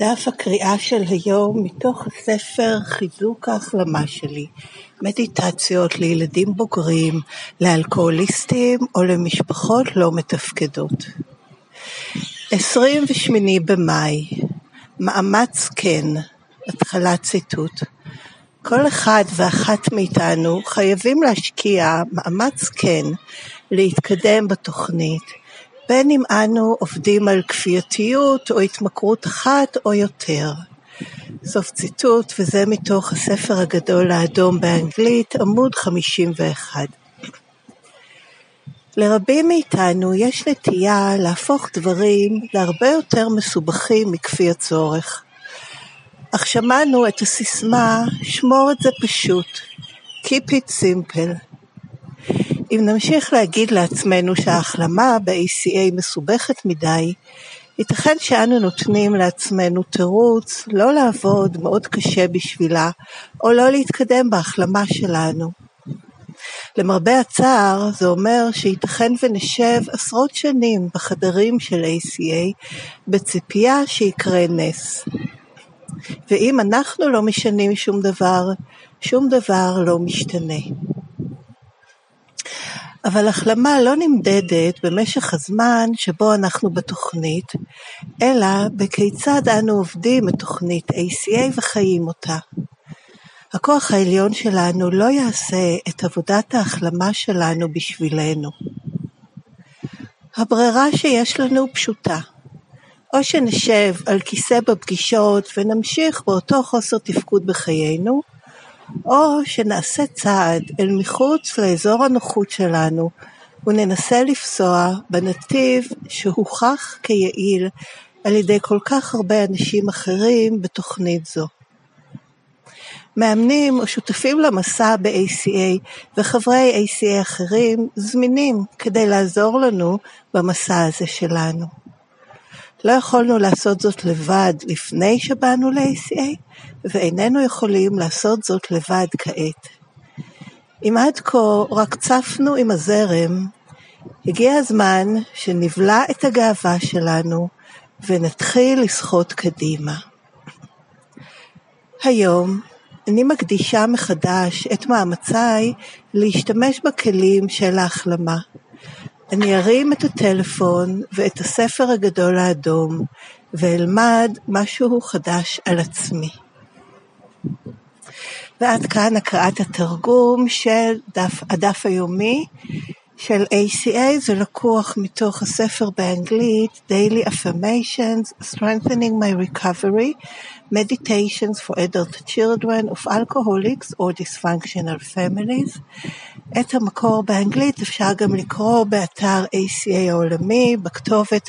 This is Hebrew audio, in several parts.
דף הקריאה של היום מתוך הספר חיזוק ההחלמה שלי, מדיטציות לילדים בוגרים, לאלכוהוליסטים או למשפחות לא מתפקדות. 28 במאי, מאמץ כן, התחלת ציטוט. כל אחד ואחת מאיתנו חייבים להשקיע מאמץ כן להתקדם בתוכנית, בין אם אנו עובדים על כפייתיות או התמכרות אחת או יותר. סוף ציטוט, וזה מתוך הספר הגדול האדום באנגלית, עמוד 51. לרבים מאיתנו יש נטייה להפוך דברים להרבה יותר מסובכים מכפי הצורך. אך שמענו את הסיסמה, שמור את זה פשוט, keep it simple. אם נמשיך להגיד לעצמנו שההחלמה ב-ACA מסובכת מדי, ייתכן שאנו נותנים לעצמנו תירוץ לא לעבוד מאוד קשה בשבילה, או לא להתקדם בהחלמה שלנו. למרבה הצער, זה אומר שייתכן ונשב עשרות שנים בחדרים של ACA, בציפייה שיקרה נס. ואם אנחנו לא משנים שום דבר לא משתנה. אבל החלמה לא נמדדת במשך הזמן שבו אנחנו בתוכנית, אלא בכיצד אנו עובדים את תוכנית ACA וחיים אותה. הכוח העליון שלנו לא יעשה את עבודת ההחלמה שלנו בשבילנו. הברירה שיש לנו פשוטה. או שנשב על כיסא בפגישות ונמשיך באותו חוסר תפקוד בחיינו, או שנעשה צעד אל מחוץ לאזור הנוחות שלנו, וננסה לפסוע בנתיב שהוכח כיעיל על ידי כל כך הרבה אנשים אחרים בתוכנית זו. מאמנים או שותפים למסע ב-ACA וחברי ACA אחרים זמינים כדי לעזור לנו במסע הזה שלנו. לא יכולנו לעשות זאת לבד לפני שבאנו ל-ACA, ואיננו יכולים לעשות זאת לבד כעת. אם עד כה רק צפנו עם הזרם, הגיע הזמן שנבלע את הגאווה שלנו ונתחיל לשחות קדימה. היום אני מקדישה מחדש את מאמציי להשתמש בכלים של ההחלמה. אני ארים את הטלפון ואת הספר הגדול האדום ואלמד משהו חדש על עצמי. ועד כאן הקראת התרגום של הדף היומי של ACA, זה לקוח מתוך הספר באנגלית Daily Affirmations, Strengthening My Recovery, Meditations for Adult Children of Alcoholics or Dysfunctional Families. את המקור באנגלית אפשר גם לקרוא באתר ACA העולמי, בכתובת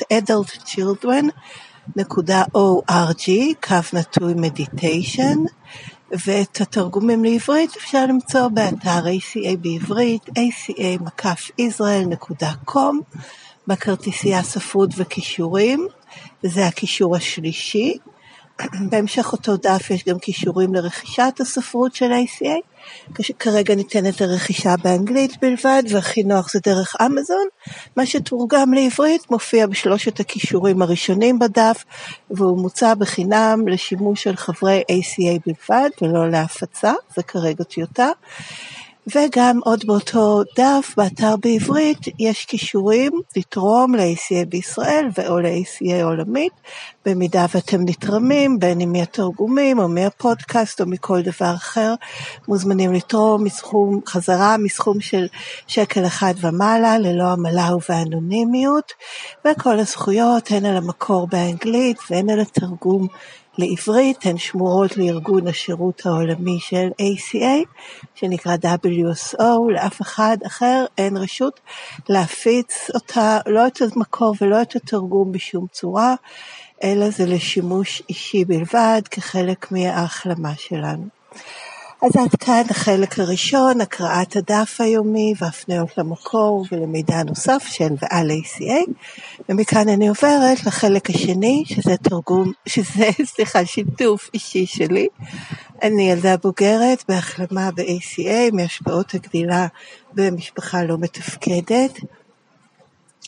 adultchildren.org/meditation, ואת התרגומים לעברית אפשר למצוא באתר ACA בעברית, aca-israel.com, בכרטיסייה ספרות וקישורים, וזה הקישור השלישי. בהמשך אותו דף יש גם קישורים לרכישת הספרות של ACA, כרגע ניתנת לרכישה באנגלית בלבד, והכי נוח זה דרך אמזון. מה שתורגם לעברית מופיע בשלושת הקישורים הראשונים בדף, והוא מוצע בחינם לשימוש של חברי ACA בלבד, ולא להפצה, זה כרגע טיוטה. וגם עוד באותו דף, באתר בעברית, יש קישורים לתרום ל-ACA בישראל ואו ל-ACA עולמית, במידה ואתם נתרמים, בין אם מהתרגומים או מהפודקאסט או מכל דבר אחר, מוזמנים לתרום חזרה מסכום של $1 ומעלה, ללא עמלה ובאנונימיות, וכל הזכויות הן על המקור באנגלית והן על התרגום לעברית, הן שמורות לארגון השירות העולמי של ACA, שנקרא WSO, לאף אחד אחר אין רשות להפיץ אותה, לא את המקור ולא את התרגום בשום צורה, אלא זה לשימוש אישי בלבד, כחלק מההחלמה שלנו. אז עד כאן החלק הראשון, הקראת הדף היומי והפניות למקור ולמידע נוסף של ועל ACA, ומכאן אני עוברת לחלק השני, שזה שיתוף אישי שלי. אני ילדה בוגרת בהחלמה ב-ACA מהשפעות הגדילה במשפחה לא מתפקדת,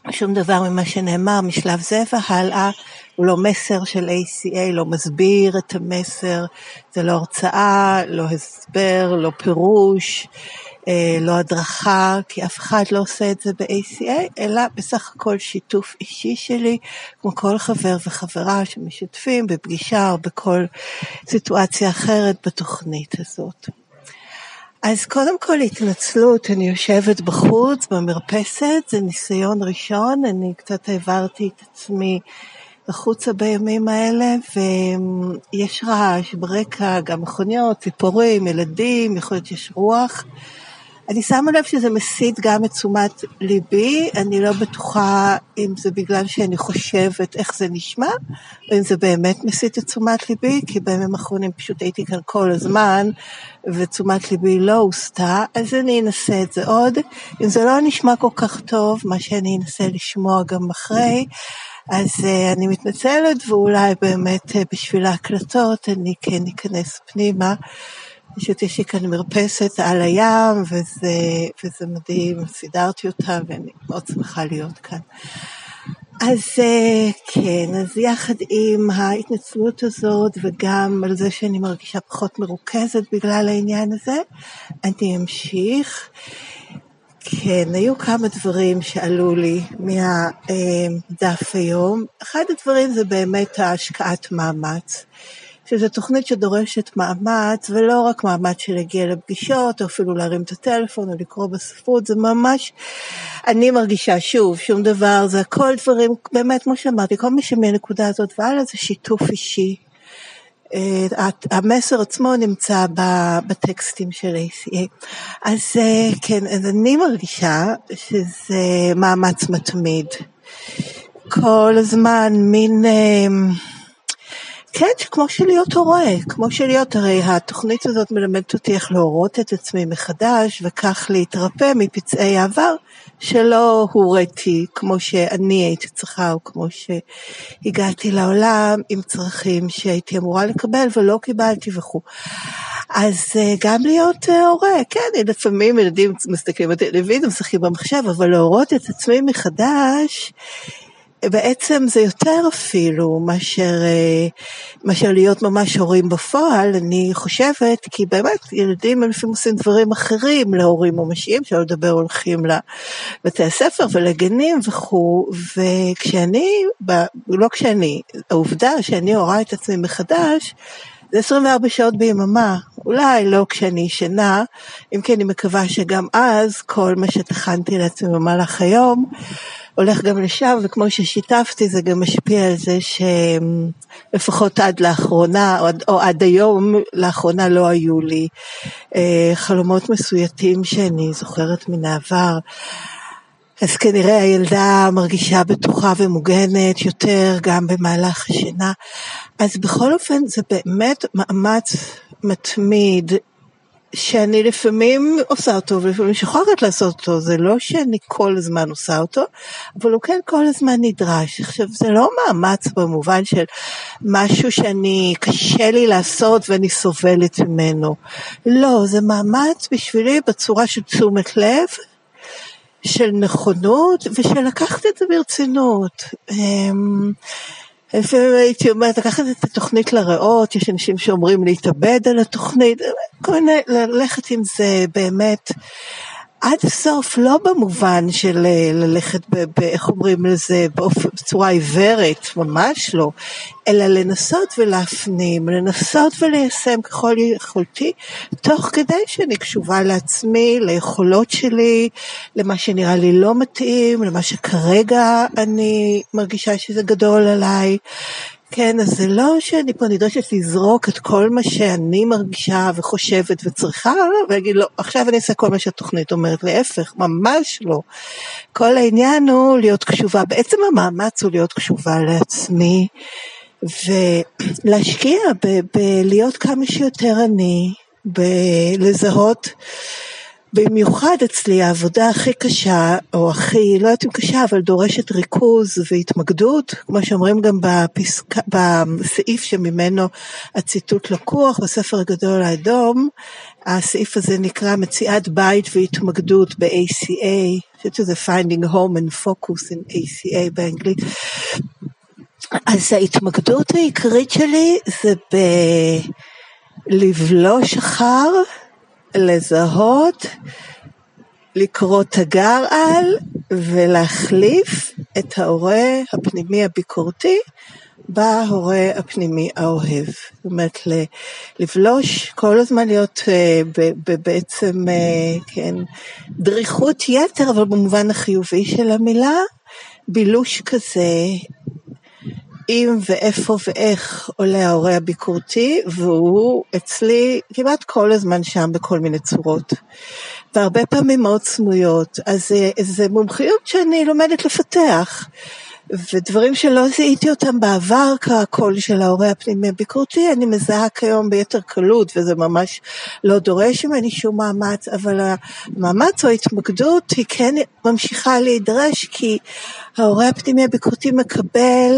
שום דבר ממה שנאמר משלב זה והלאה, הוא לא מסר של ACA, לא מסביר את המסר, זה לא הרצאה, לא הסבר, לא פירוש, לא הדרכה, כי אף אחד לא עושה את זה ב-ACA, אלא בסך הכל שיתוף אישי שלי, כמו כל חבר וחברה שמשתפים בפגישה או בכל סיטואציה אחרת בתוכנית הזאת. אז קודם כל התנצלות, אני יושבת בחוץ במרפסת, זה ניסיון ראשון, אני קצת העברתי את עצמי לחוצה בימים האלה, ויש רעש ברקע, גם מכוניות, ציפורים, ילדים, יכול להיות שיש רוח. אני שמה לב שזה מסיט גם את תשומת ליבי, אני לא בטוחה אם זה בגלל שאני חושבת איך זה נשמע, או אם זה באמת מסיט את תשומת ליבי, כי בימים האחרונים פשוט הייתי כאן כל הזמן, ותשומת ליבי לא הוסתה, אז אני אנסה את זה עוד. אם זה לא נשמע כל כך טוב, מה שאני אנסה לשמוע גם אחרי, אז אני מתנצלת, ואולי באמת בשביל ההקלטות אני כן אכנס פנימה, פשוט יש לי כאן מרפסת על הים, וזה מדהים, סידרתי אותה, ואני מאוד שמחה להיות כאן. אז כן, אז יחד עם ההתנצלות הזאת, וגם על זה שאני מרגישה פחות מרוכזת בגלל העניין הזה, אני אמשיך. כן, היו כמה דברים שעלו לי מהדף היום. אחד הדברים זה באמת ההשקעת מאמץ. שזו תוכנית שדורשת מאמץ, ולא רק מאמץ של להגיע לפגישות, או אפילו להרים את הטלפון, או לקרוא בספרות, זה ממש, אני מרגישה שום דבר, זה הכל דברים, באמת כמו שאמרתי, כל מי שמהנקודה הזאת והלאה, זה שיתוף אישי. המסר עצמו נמצא בטקסטים של ACA. אז כן, אז אני מרגישה שזה מאמץ מתמיד. כל הזמן מין... כן, כמו שלהיות הורה, הרי התוכנית הזאת מלמדת אותי איך להורות את עצמי מחדש, וכך להתרפא מפצעי העבר, שלא הוריתי כמו שאני הייתי צריכה, או כמו שהגעתי לעולם עם צרכים שהייתי אמורה לקבל ולא קיבלתי וכו'. אז גם להיות הורה, כן, לפעמים ילדים מסתכלים בטלוויזיה, משחקים במחשב, אבל להורות את עצמי מחדש, בעצם זה יותר אפילו מאשר להיות ממש הורים בפועל, אני חושבת, כי באמת ילדים לפעמים עושים דברים אחרים להורים ממשיים, שלא לדבר הולכים לבתי הספר ולגנים וכו', העובדה שאני הורה את עצמי מחדש, זה 24 שעות ביממה, אולי לא כשאני ישנה, אם כי אני מקווה שגם אז כל מה שתכנתי לעצמי במהלך היום, הולך גם לשם, וכמו ששיתפתי, זה גם משפיע על זה שלפחות עד לאחרונה, או עד היום, לאחרונה לא היו לי חלומות מסויטים שאני זוכרת מן העבר. אז כנראה הילדה מרגישה בטוחה ומוגנת יותר, גם במהלך השינה. אז בכל אופן, זה באמת מאמץ מתמיד, שאני לפעמים עושה אותו, ולפעמים שוכחת לעשות אותו, זה לא שאני כל הזמן עושה אותו, אבל הוא כן כל הזמן נדרש. עכשיו, זה לא מאמץ במובן של משהו שאני קשה לי לעשות ואני סובלת ממנו. לא, זה מאמץ בשבילי בצורה של תשומת לב, של נכונות, ושל לקחת את זה ברצינות. לפעמים הייתי אומרת, לקחת את התוכנית לראות, יש אנשים שאומרים להתאבד על התוכנית, ללכת עם זה באמת עד הסוף, לא במובן של ללכת, איך אומרים לזה, בצורה עיוורת, ממש לא, אלא לנסות ולהפנים, לנסות וליישם ככל יכולתי, תוך כדי שאני קשובה לעצמי, ליכולות שלי, למה שנראה לי לא מתאים, למה שכרגע אני מרגישה שזה גדול עליי, כן, אז זה לא שאני פה נדרשת לזרוק את כל מה שאני מרגישה וחושבת וצריכה, ולהגיד לו, עכשיו אני אעשה כל מה שהתוכנית אומרת, להפך, ממש לא. כל העניין הוא להיות קשובה, בעצם המאמץ הוא להיות קשובה לעצמי, ולהשקיע בלהיות כמה שיותר אני, בלזהות, במיוחד אצלי העבודה הכי קשה, או הכי, לא יודעת אם קשה, אבל דורשת ריכוז והתמקדות, כמו שאומרים גם בסעיף שממנו הציטוט לקוח, בספר הגדול האדום, הסעיף הזה נקרא מציאת בית והתמקדות ב-ACA, אני חושבת שזה Finding Home and Focus in ACA באנגלית. אז ההתמקדות העיקרית שלי זה לבלוש אחר, לזהות, לקרוא תגר על ולהחליף את ההורה הפנימי הביקורתי בהורה הפנימי האוהב. זאת אומרת, לבלוש, כל הזמן להיות בעצם, כן, דריכות יתר, אבל במובן החיובי של המילה, בילוש כזה, אם ואיפה ואיך עולה ההורה הביקורתי, והוא אצלי כמעט כל הזמן שם בכל מיני צורות, והרבה פעמים מאוד סמויות. אז זה מומחיות שאני לומדת לפתח, ודברים שלא זיהיתי אותם בעבר כקול של ההורה הפנימי הביקורתי, אני מזהה כיום ביתר קלות, וזה ממש לא דורש ממני שום מאמץ, אבל המאמץ או ההתמקדות היא כן ממשיכה להידרש, כי ההורה הפנימי הביקורתי מקבל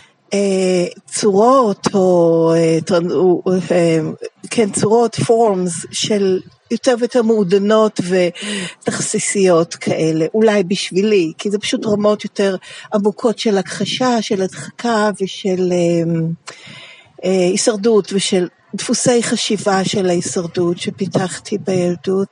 צורות או כן, צורות, פורמס של יותר ויותר מעודנות ותכסיסיות כאלה, אולי בשבילי, כי זה פשוט רמות יותר עמוקות של הכחשה, של הדחקה ושל הישרדות ושל דפוסי חשיבה של ההישרדות שפיתחתי בילדות,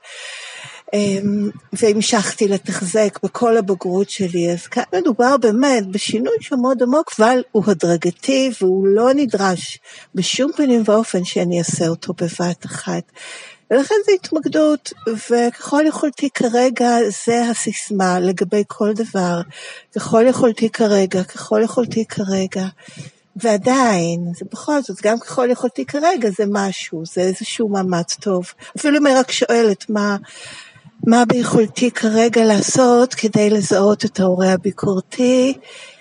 והמשכתי לתחזק בכל הבגרות שלי. אז כאן מדובר באמת בשינוי שמאוד עמוק, אבל הוא הדרגתי והוא לא נדרש בשום פנים ואופן שאני אעשה אותו בבת אחת. ולכן זה התמקדות, וככל יכולתי כרגע, זה הסיסמה לגבי כל דבר, ככל יכולתי כרגע, ועדיין, זה בכל זאת, גם ככל יכולתי כרגע זה משהו, זה איזשהו מאמץ טוב. אפילו אם אני רק שואלת מה ביכולתי כרגע לעשות כדי לזהות את ההורה הביקורתי,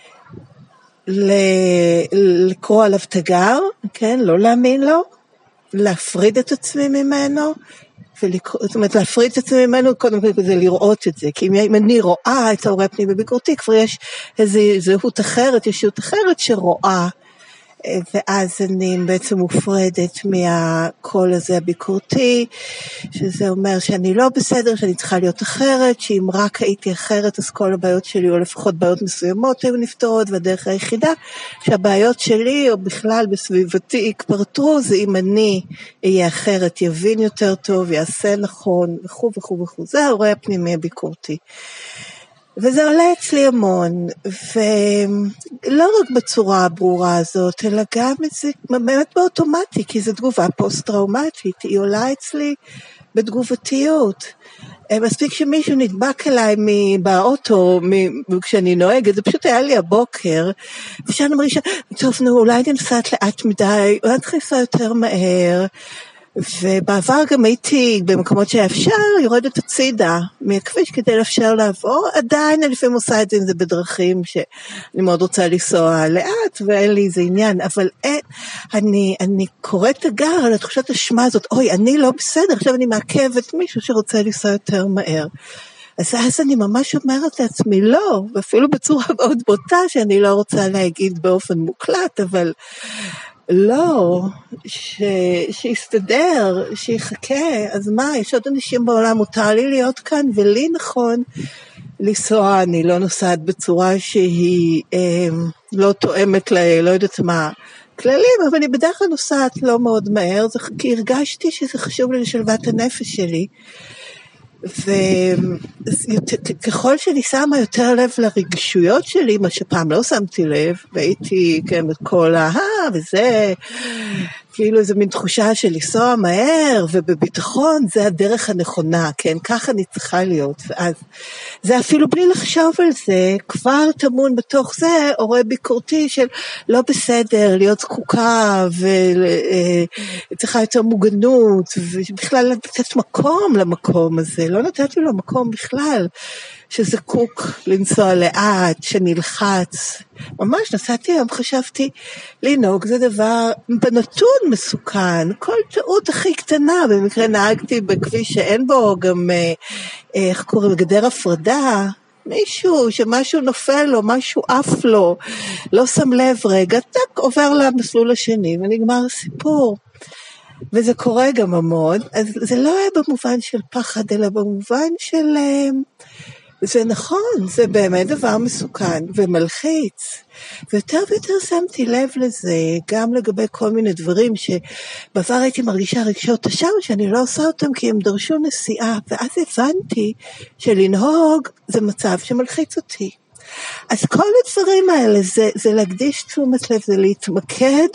לקרוא עליו תגר, כן, לא להאמין לו, להפריד את עצמי ממנו, זאת אומרת להפריד את עצמי ממנו, קודם כל זה לראות את זה, כי אם אני רואה את ההורה הפנימי ביקורתי, כבר יש איזו זהות אחרת, ישות אחרת שרואה, ואז אני בעצם מופרדת מהקול הזה הביקורתי, שזה אומר שאני לא בסדר, שאני צריכה להיות אחרת, שאם רק הייתי אחרת אז כל הבעיות שלי, או לפחות בעיות מסוימות היו נפתרות, והדרך היחידה שהבעיות שלי או בכלל בסביבתי יקפרטרו, זה אם אני אהיה אחרת, יבין יותר טוב, יעשה נכון וכו' וכו' וכו'. זה ההורה הפנימי הביקורתי. וזה עולה אצלי המון, ולא רק בצורה הברורה הזאת, אלא גם זה באמת באוטומטי, כי זו תגובה פוסט-טראומטית, היא עולה אצלי בתגובתיות. מספיק שמישהו נדבק אליי באוטו, כשאני נוהגת, זה פשוט היה לי הבוקר, ושאני מרגישה, טוב, נו, אולי אני נוסעת לאט מדי, אולי אני צריכה יותר מהר, ובעבר גם הייתי במקומות שאפשר יורדת הצידה מהכביש כדי לאפשר לעבור, עדיין אני לפעמים עושה את זה, אם זה בדרכים שאני מאוד רוצה לנסוע לאט ואין לי איזה עניין, אבל אני קוראת תגר על התחושת השמה הזאת, אוי אני לא בסדר, עכשיו אני מעכבת מישהו שרוצה לנסוע יותר מהר, אז אני ממש אומרת לעצמי לא, ואפילו בצורה מאוד בוטה שאני לא רוצה להגיד באופן מוקלט, אבל לא, שיסתדר, שיחכה, אז מה, יש עוד אנשים בעולם, מותר לי להיות כאן, ולי נכון לנסוע, אני לא נוסעת בצורה שהיא לא תואמת לא יודעת מה, כללים, אבל אני בדרך כלל נוסעת לא מאוד מהר, כי הרגשתי שזה חשוב לי לשלוות הנפש שלי, וככל שאני שמה יותר לב לרגשויות שלי, מה שפעם לא שמתי לב, והייתי כן בכל וזה, כאילו איזו מין תחושה של לנסוע מהר, ובביטחון זה הדרך הנכונה, כן, ככה אני צריכה להיות, ואז זה אפילו בלי לחשוב על זה, כבר תמון בתוך זה, הורה ביקורתי של לא בסדר, להיות זקוקה, וצריכה יותר מוגנות, ובכלל לתת מקום למקום הזה, לא נתתי לו מקום בכלל, שזקוק לנסוע לאט, שנלחץ. ממש נסעתי היום, חשבתי, לנהוג זה דבר בנתון מסוכן, כל טעות הכי קטנה, במקרה נהגתי בכביש שאין בו גם, איך קוראים, גדר הפרדה, מישהו שמשהו נופל לו, משהו עף לו, לא שם לב רגע, טק, עובר למסלול השני ונגמר הסיפור. וזה קורה גם המון, אז זה לא היה במובן של פחד, אלא במובן של, זה נכון, זה באמת דבר מסוכן ומלחיץ, ויותר ויותר שמתי לב לזה, גם לגבי כל מיני דברים שבעבר הייתי מרגישה רגשות אשם, שאני לא עושה אותם כי הם דרשו נסיעה, ואז הבנתי שלנהוג זה מצב שמלחיץ אותי. אז כל הדברים האלה זה להקדיש תשומת לב, זה להתמקד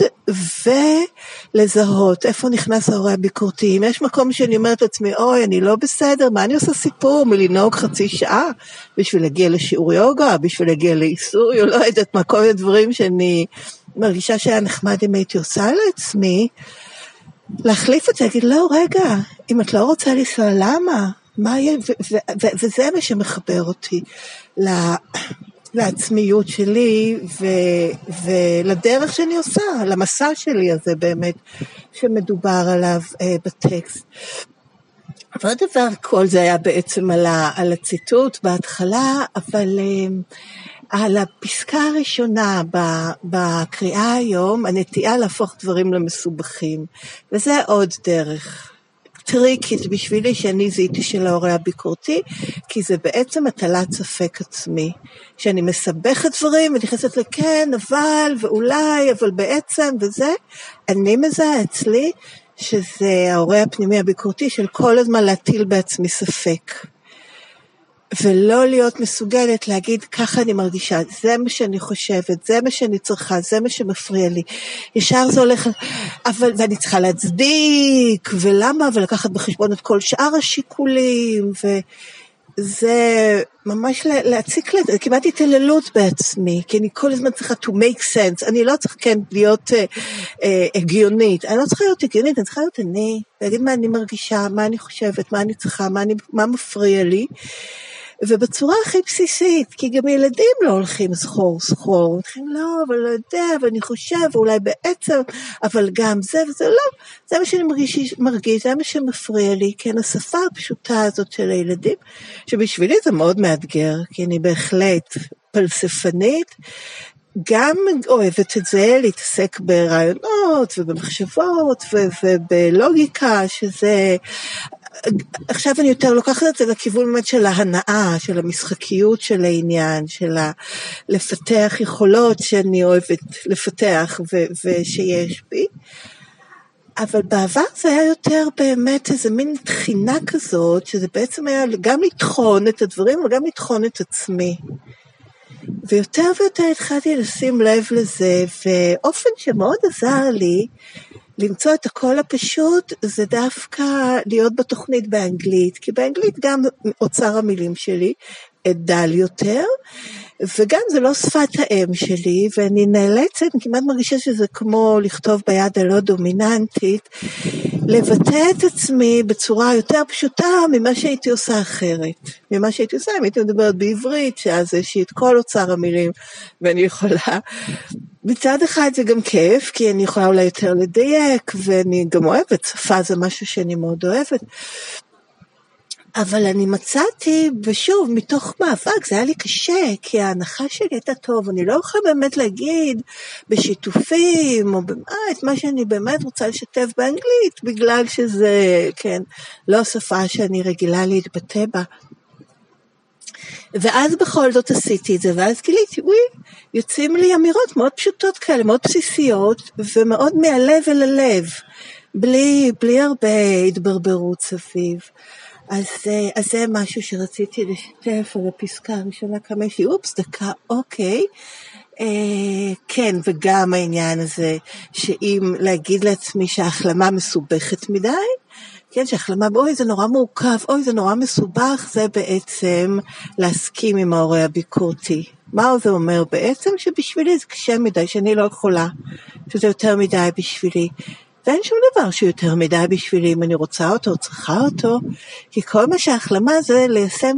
ולזהות איפה נכנס ההורה הביקורתי. אם יש מקום שאני אומרת לעצמי, אוי, אני לא בסדר, מה אני עושה סיפור מלנהוג חצי שעה בשביל להגיע לשיעור יוגה, בשביל להגיע לאיסור, או לא יודעת מה, כל הדברים שאני מרגישה שהיה נחמד אם הייתי עושה לעצמי, להחליף את זה, להגיד, לא, רגע, אם את לא רוצה לנסוע, למה? מה יהיה? וזה מה שמחבר אותי לעצמיות שלי ולדרך שאני עושה, למסע שלי הזה באמת שמדובר עליו בטקסט. אבל הדבר, כל זה היה בעצם על הציטוט בהתחלה, אבל על הפסקה הראשונה בקריאה היום, הנטייה להפוך דברים למסובכים, וזה עוד דרך טריקית בשבילי שאני זיהיתי של ההורה הביקורתי, כי זה בעצם הטלת ספק עצמי, שאני מסבכת דברים ונכנסת לכן, אבל ואולי, אבל בעצם וזה, אני מזהה אצלי שזה ההורה הפנימי הביקורתי של כל הזמן להטיל בעצמי ספק. ולא להיות מסוגלת להגיד, ככה אני מרגישה, זה מה שאני חושבת, זה מה שאני צריכה, זה מה שמפריע לי. ישר זה הולך, אבל, ואני צריכה להצדיק, ולמה, ולקחת בחשבון את כל שאר השיקולים, וזה ממש להציק לזה, כמעט התעללות בעצמי, כי אני כל הזמן צריכה to make sense, אני לא צריכה כן להיות הגיונית, אני לא צריכה להיות הגיונית, אני צריכה להיות אני, להגיד מה אני מרגישה, מה אני חושבת, מה אני צריכה, מה מפריע לי, ובצורה הכי בסיסית, כי גם ילדים לא הולכים סחור, הולכים לא, אבל לא יודע, ואני חושב, ואולי בעצם, אבל גם זה וזה לא, זה מה שאני מרגיש, זה מה שמפריע לי, כן, השפה הפשוטה הזאת של הילדים, שבשבילי זה מאוד מאתגר, כי אני בהחלט פלספנית, גם אוהבת את זה, להתעסק ברעיונות ובמחשבות ובלוגיקה, שזה, עכשיו אני יותר לוקחת את זה לכיוון באמת של ההנאה, של המשחקיות של העניין, של לפתח יכולות שאני אוהבת לפתח ושיש בי. אבל בעבר זה היה יותר באמת איזה מין תחינה כזאת, שזה בעצם היה גם לטחון את הדברים וגם לטחון את עצמי. ויותר ויותר התחלתי לשים לב לזה, ואופן שמאוד עזר לי למצוא את הקול הפשוט, זה דווקא להיות בתוכנית באנגלית, כי באנגלית גם אוצר המילים שלי דל יותר, וגם זה לא שפת האם שלי, ואני נאלצת, אני כמעט מרגישה שזה כמו לכתוב ביד הלא דומיננטית, לבטא את עצמי בצורה יותר פשוטה ממה שהייתי עושה אחרת. ממה שהייתי עושה, אם הייתי מדברת בעברית, שאז יש את כל אוצר המילים, ואני יכולה, מצד אחד זה גם כיף, כי אני יכולה אולי יותר לדייק, ואני גם אוהבת, שפה זה משהו שאני מאוד אוהבת, אבל אני מצאתי, ושוב, מתוך מאבק, זה היה לי קשה, כי ההנחה שלי הייתה טוב, אני לא יכולה באמת להגיד בשיתופים, או את מה שאני באמת רוצה לשתף באנגלית, בגלל שזה, כן, לא שפה שאני רגילה להתבטא בה. ואז בכל זאת עשיתי את זה, ואז גיליתי, יוצאים לי אמירות מאוד פשוטות כאלה, מאוד בסיסיות, ומאוד מהלב אל הלב, בלי הרבה התברברות סביב. אז זה משהו שרציתי לשתף על הפסקה הראשונה כמה יש לי, דקה, אוקיי, כן, וגם העניין הזה, שאם להגיד לעצמי שההחלמה מסובכת מדי, כן, שהחלמה, אוי זה נורא מורכב, אוי זה נורא מסובך, זה בעצם להסכים עם ההורה הביקורתי. מה זה אומר בעצם? שבשבילי זה קשה מדי, שאני לא יכולה, שזה יותר מדי בשבילי. ואין שום דבר שהוא יותר מדי בשבילי אם אני רוצה אותו או צריכה אותו, כי כל מה שההחלמה זה ליישם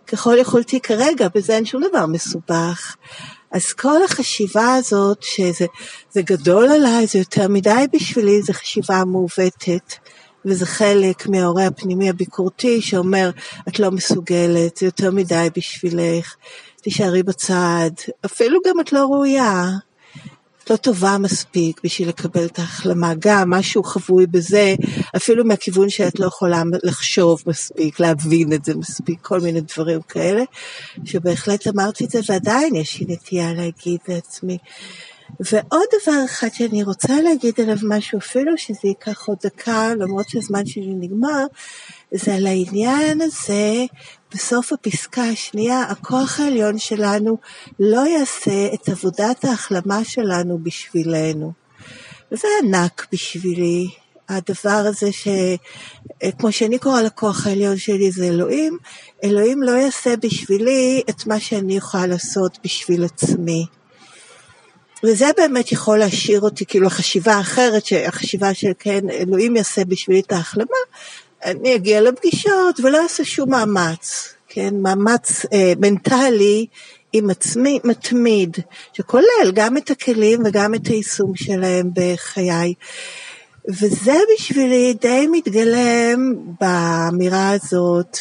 ככל יכולתי כרגע, בזה אין שום דבר מסובך. אז כל החשיבה הזאת, שזה גדול עליי, זה יותר מדי בשבילי, זה חשיבה מעוותת, וזה חלק מההורה הפנימי הביקורתי, שאומר, את לא מסוגלת, זה יותר מדי בשבילך, תישארי בצד, אפילו גם את לא ראויה, את לא טובה מספיק בשביל לקבל את ההחלמה, גם משהו חבוי בזה, אפילו מהכיוון שאת לא יכולה לחשוב מספיק, להבין את זה מספיק, כל מיני דברים כאלה, שבהחלט אמרתי את זה, ועדיין יש לי נטייה להגיד לעצמי. ועוד דבר אחד שאני רוצה להגיד עליו משהו, אפילו שזה ייקח עוד דקה, למרות שהזמן שלי נגמר, זה על העניין הזה, בסוף הפסקה השנייה, הכוח העליון שלנו לא יעשה את עבודת ההחלמה שלנו בשבילנו. וזה ענק בשבילי, הדבר הזה כמו שאני קורא לכוח העליון שלי זה אלוהים, אלוהים לא יעשה בשבילי את מה שאני יכולה לעשות בשביל עצמי. וזה באמת יכול להשאיר אותי, כאילו החשיבה האחרת, החשיבה של כן, אלוהים יעשה בשבילי את ההחלמה, אני אגיע לפגישות ולא אעשה שום מאמץ, כן, מאמץ מנטלי עם עצמי מתמיד, שכולל גם את הכלים וגם את היישום שלהם בחיי. וזה בשבילי די מתגלם באמירה הזאת,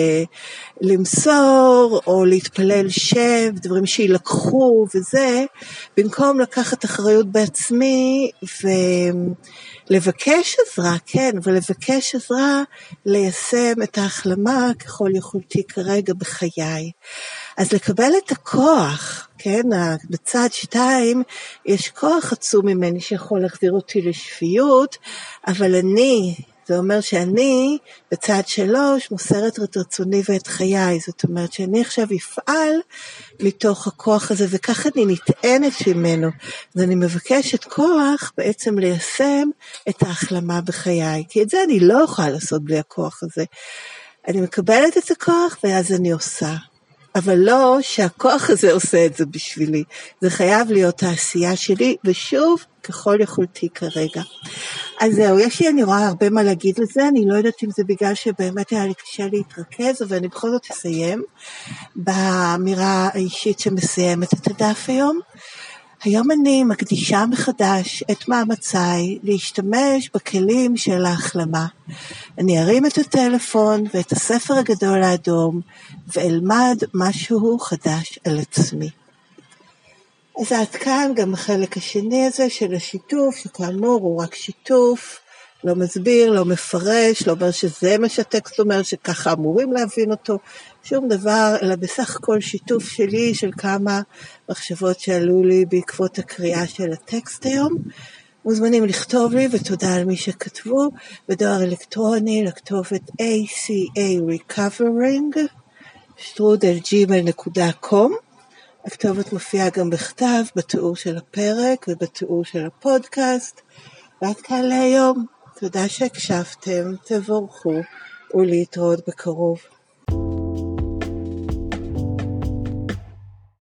למסור או להתפלל שב, דברים שילקחו וזה, במקום לקחת אחריות בעצמי ולבקש עזרה, כן, ולבקש עזרה ליישם את ההחלמה ככל יכולתי כרגע בחיי. אז לקבל את הכוח, כן, בצד 2 יש כוח עצום ממני שיכול להחזיר אותי לשפיות, אבל זה אומר שאני בצד 3 מוסרת את רצוני ואת חיי, זאת אומרת שאני עכשיו אפעל מתוך הכוח הזה, וכך אני נטענת ממנו, אז אני מבקשת כוח בעצם ליישם את ההחלמה בחיי, כי את זה אני לא יכולה לעשות בלי הכוח הזה, אני מקבלת את הכוח ואז אני עושה. אבל לא שהכוח הזה עושה את זה בשבילי, זה חייב להיות העשייה שלי, ושוב, ככל יכולתי כרגע. אז זהו, אני רואה הרבה מה להגיד לזה, אני לא יודעת אם זה בגלל שבאמת היה לי קשה להתרכז, אבל אני בכל זאת אסיים באמירה האישית שמסיימת את הדף היום. היום אני מקדישה מחדש את מאמציי להשתמש בכלים של ההחלמה. אני ארים את הטלפון ואת הספר הגדול האדום ואלמד משהו חדש על עצמי. אז עד כאן גם החלק השני הזה של השיתוף, שכאמור הוא רק שיתוף, לא מסביר, לא מפרש, לא אומר שזה מה שהטקסט אומר, שככה אמורים להבין אותו, שום דבר, אלא בסך הכל שיתוף שלי של כמה מחשבות שעלו לי בעקבות הקריאה של הטקסט היום. מוזמנים לכתוב לי, ותודה על מי שכתבו, בדואר אלקטרוני לכתובת acarecovering@gmail.com. הכתובת מופיעה גם בכתב, בתיאור של הפרק ובתיאור של הפודקאסט. ועד כאן להיום. תודה שהקשבתם, תבורכו ולהתראות בקרוב.